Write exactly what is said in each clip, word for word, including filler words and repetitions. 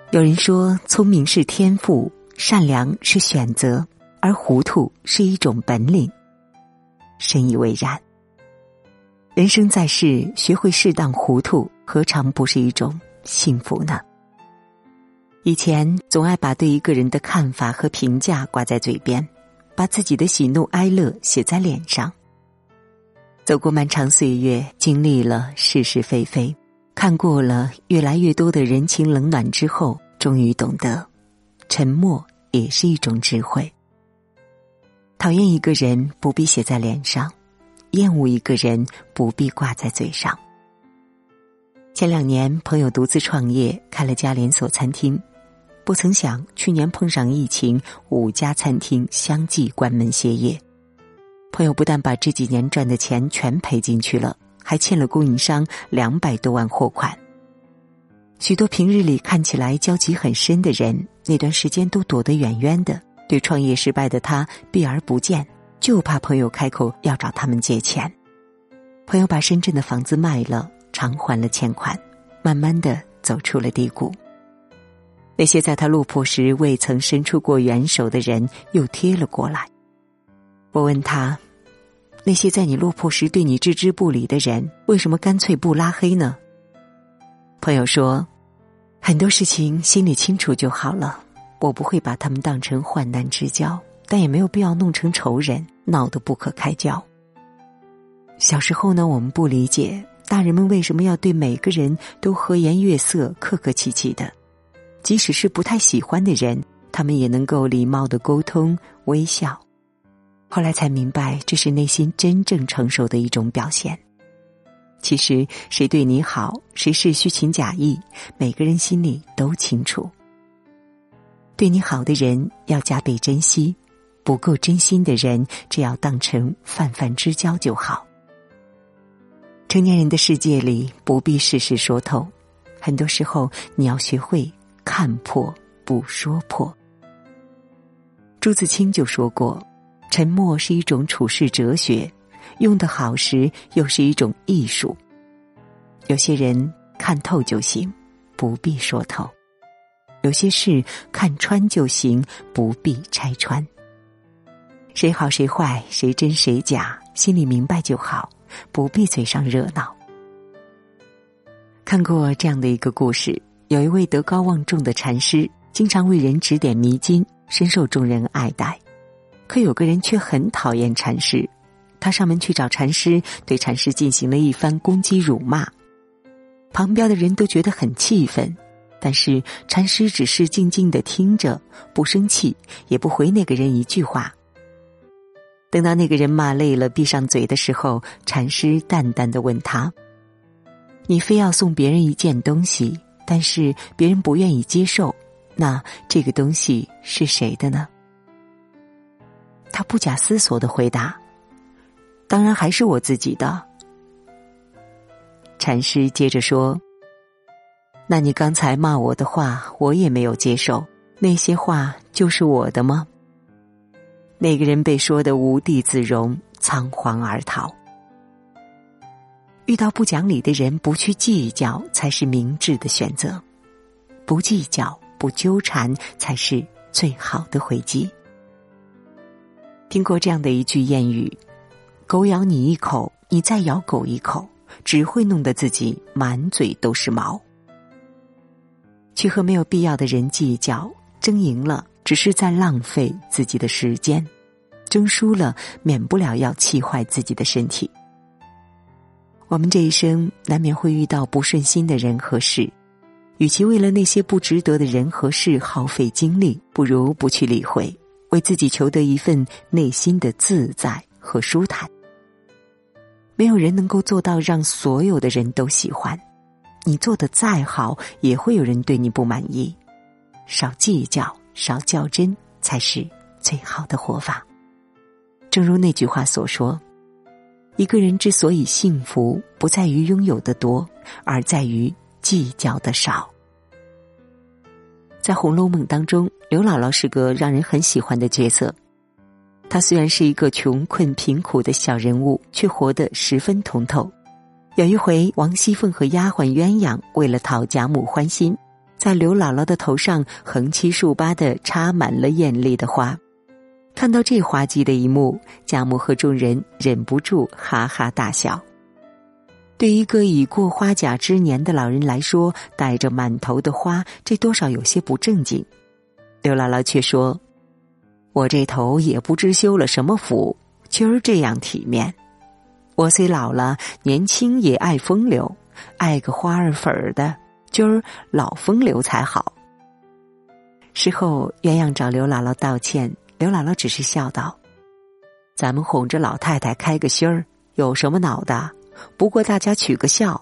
有人说，聪明是天赋，善良是选择，而糊涂是一种本领。深以为然。人生在世，学会适当糊涂，何尝不是一种幸福呢？以前总爱把对一个人的看法和评价挂在嘴边，把自己的喜怒哀乐写在脸上。走过漫长岁月，经历了是是非非，看过了越来越多的人情冷暖之后，终于懂得，沉默也是一种智慧。讨厌一个人不必写在脸上，厌恶一个人不必挂在嘴上。前两年朋友独自创业，开了家连锁餐厅，不曾想去年碰上疫情，五家餐厅相继关门歇业。朋友不但把这几年赚的钱全赔进去了，还欠了供应商两百多万货款。许多平日里看起来交集很深的人，那段时间都躲得远远的，对创业失败的他避而不见，就怕朋友开口要找他们借钱。朋友把深圳的房子卖了，偿还了欠款，慢慢的走出了低谷。那些在他落魄时未曾伸出过援手的人又贴了过来。我问他，那些在你落魄时对你置之不理的人，为什么干脆不拉黑呢？朋友说，很多事情心里清楚就好了，我不会把他们当成患难之交，但也没有必要弄成仇人，闹得不可开交。小时候呢，我们不理解大人们为什么要对每个人都和颜悦色、客客气气的，即使是不太喜欢的人，他们也能够礼貌地沟通、微笑。后来才明白，这是内心真正成熟的一种表现。其实谁对你好，谁是虚情假意，每个人心里都清楚。对你好的人要加倍珍惜，不够真心的人只要当成泛泛之交就好。成年人的世界里，不必事事说透，很多时候你要学会看破不说破。朱自清就说过，沉默是一种处世哲学，用得好时又是一种艺术。有些人看透就行，不必说透；有些事看穿就行，不必拆穿。谁好谁坏，谁真谁假，心里明白就好，不必嘴上热闹。看过这样的一个故事，有一位德高望重的禅师，经常为人指点迷津，深受众人爱戴。可有个人却很讨厌禅师，他上门去找禅师，对禅师进行了一番攻击辱骂。旁边的人都觉得很气愤，但是禅师只是静静地听着，不生气，也不回那个人一句话。等到那个人骂累了闭上嘴的时候，禅师淡淡地问他，你非要送别人一件东西，但是别人不愿意接受，那这个东西是谁的呢？他不假思索地回答，当然还是我自己的。禅师接着说，那你刚才骂我的话我也没有接受，那些话就是我的吗？那个人被说得无地自容，仓皇而逃。遇到不讲理的人，不去计较才是明智的选择，不计较不纠缠才是最好的回击。听过这样的一句谚语，狗咬你一口，你再咬狗一口，只会弄得自己满嘴都是毛。去和没有必要的人计较，争赢了只是在浪费自己的时间，争输了免不了要气坏自己的身体。我们这一生难免会遇到不顺心的人和事，与其为了那些不值得的人和事耗费精力，不如不去理会，为自己求得一份内心的自在和舒坦。没有人能够做到让所有的人都喜欢，你做得再好，也会有人对你不满意。少计较，少较真，才是最好的活法。正如那句话所说，一个人之所以幸福，不在于拥有的多，而在于计较的少。在《红楼梦》当中，刘姥姥是个让人很喜欢的角色。她虽然是一个穷困贫苦的小人物，却活得十分通透。有一回，王熙凤和丫鬟鸳鸯为了讨贾母欢心， 在刘姥姥的头上横七竖八地插满了艳丽的花。看到这滑稽的一幕，贾母和众人忍不住哈哈大笑。对一个已过花甲之年的老人来说，带着满头的花，这多少有些不正经。刘姥姥却说，我这头也不知修了什么福，今儿这样体面。我虽老了，年轻也爱风流，爱个花儿粉儿的，今儿老风流才好。事后鸳鸯找刘姥姥道歉，刘姥姥只是笑道，咱们哄着老太太开个心儿，有什么恼的？不过大家取个笑。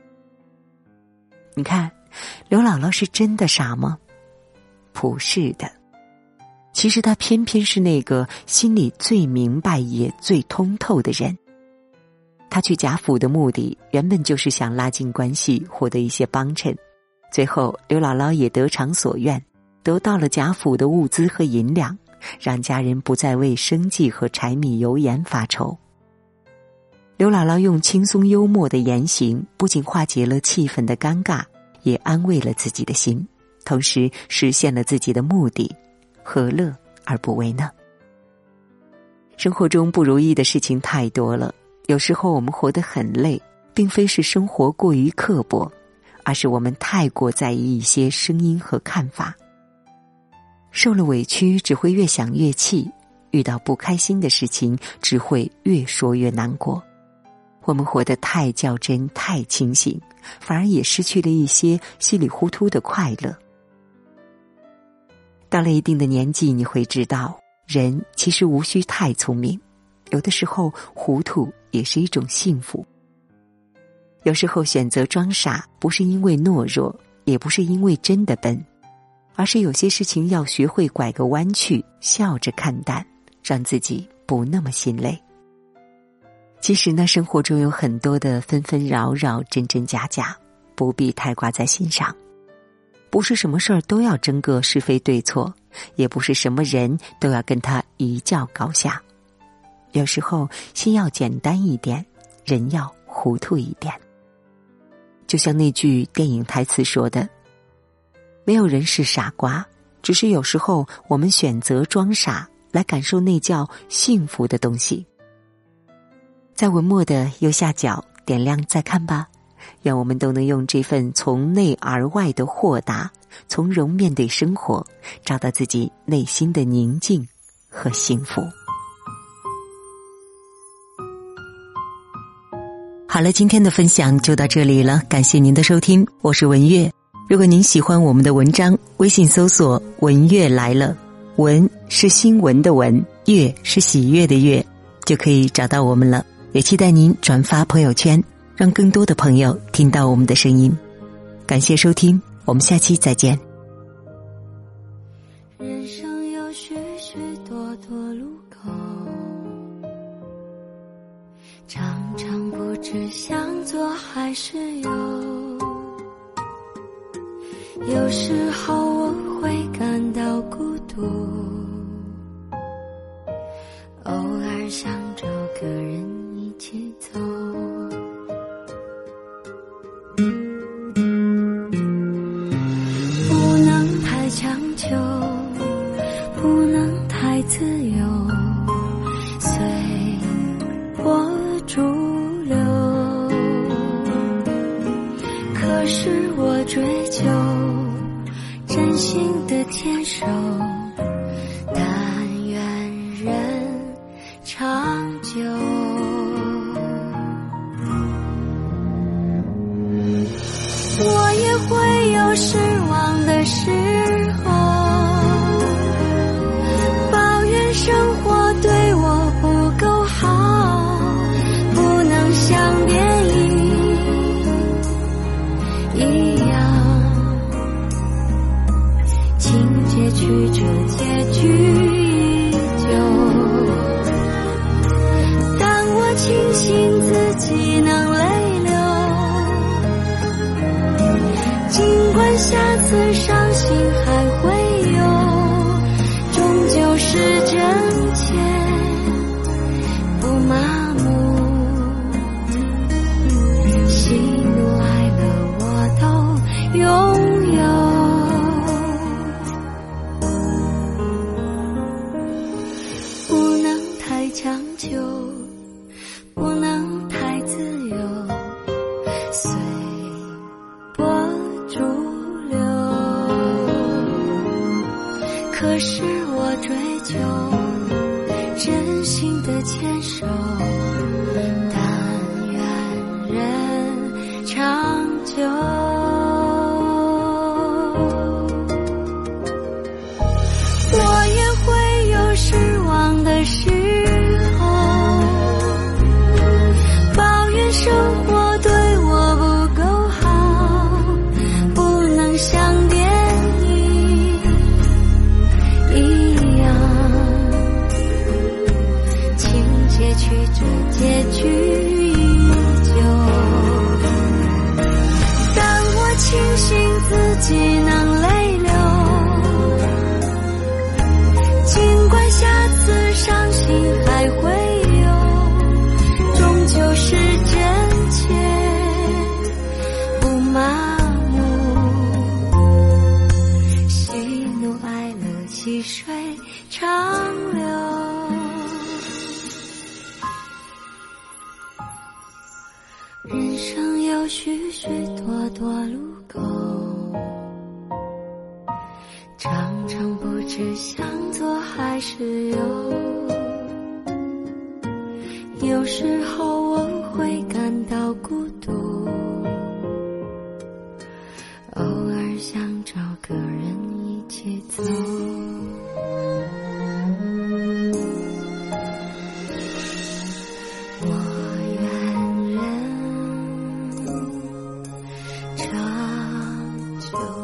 你看，刘姥姥是真的傻吗？不是的。其实她偏偏是那个心里最明白也最通透的人。她去贾府的目的原本就是想拉近关系，获得一些帮衬。最后刘姥姥也得偿所愿，得到了贾府的物资和银两，让家人不再为生计和柴米油盐发愁。刘姥姥用轻松幽默的言行，不仅化解了气氛的尴尬，也安慰了自己的心，同时实现了自己的目的，何乐而不为呢？生活中不如意的事情太多了，有时候我们活得很累，并非是生活过于刻薄，而是我们太过在意一些声音和看法。受了委屈只会越想越气，遇到不开心的事情只会越说越难过。我们活得太较真太清醒，反而也失去了一些稀里糊涂的快乐。到了一定的年纪，你会知道，人其实无需太聪明，有的时候糊涂也是一种幸福。有时候选择装傻，不是因为懦弱，也不是因为真的笨，而是有些事情要学会拐个弯去，笑着看淡，让自己不那么心累。其实呢，生活中有很多的纷纷扰扰，真真假假，不必太挂在心上。不是什么事儿都要争个是非对错，也不是什么人都要跟他一较高下。有时候心要简单一点，人要糊涂一点。就像那句电影台词说的，没有人是傻瓜，只是有时候我们选择装傻，来感受那叫幸福的东西。在文末的右下角点亮再看吧，愿我们都能用这份从内而外的豁达，从容面对生活，找到自己内心的宁静和幸福。好了，今天的分享就到这里了，感谢您的收听，我是文月。如果您喜欢我们的文章，微信搜索文月来了，文是新闻的文，月是喜悦的月，就可以找到我们了。也期待您转发朋友圈，让更多的朋友听到我们的声音。感谢收听，我们下期再见。 人生有许许多多路口，常常不知向左还是右，有时候我会感到孤独，偶尔想找个人一起走。不能太强求，不能太自由，随波逐流。可是我追求真心的坚守，但愿人长久。我也会有失望的时候，抱怨生活对我不够好，不能像电影一样，情节曲折，结局依旧。当我庆幸自己能泪流，尽管下次伤心还会有，终究是真切不麻木，喜怒哀乐我都拥有。 主流，可是我追求真心的牵手，但愿人长久。我也会有失望的时候，抱怨生活对我不够好，不能像电影一样，情节曲折，结局依旧。但我庆幸自己能泪流，尽管下次伤心还会有，终究是真切不麻木，喜怒哀乐细水长流。人生有许许多多路口，常常不知向左还是右，有时候我会感到孤独，偶尔想找个人一起走。我愿人长久。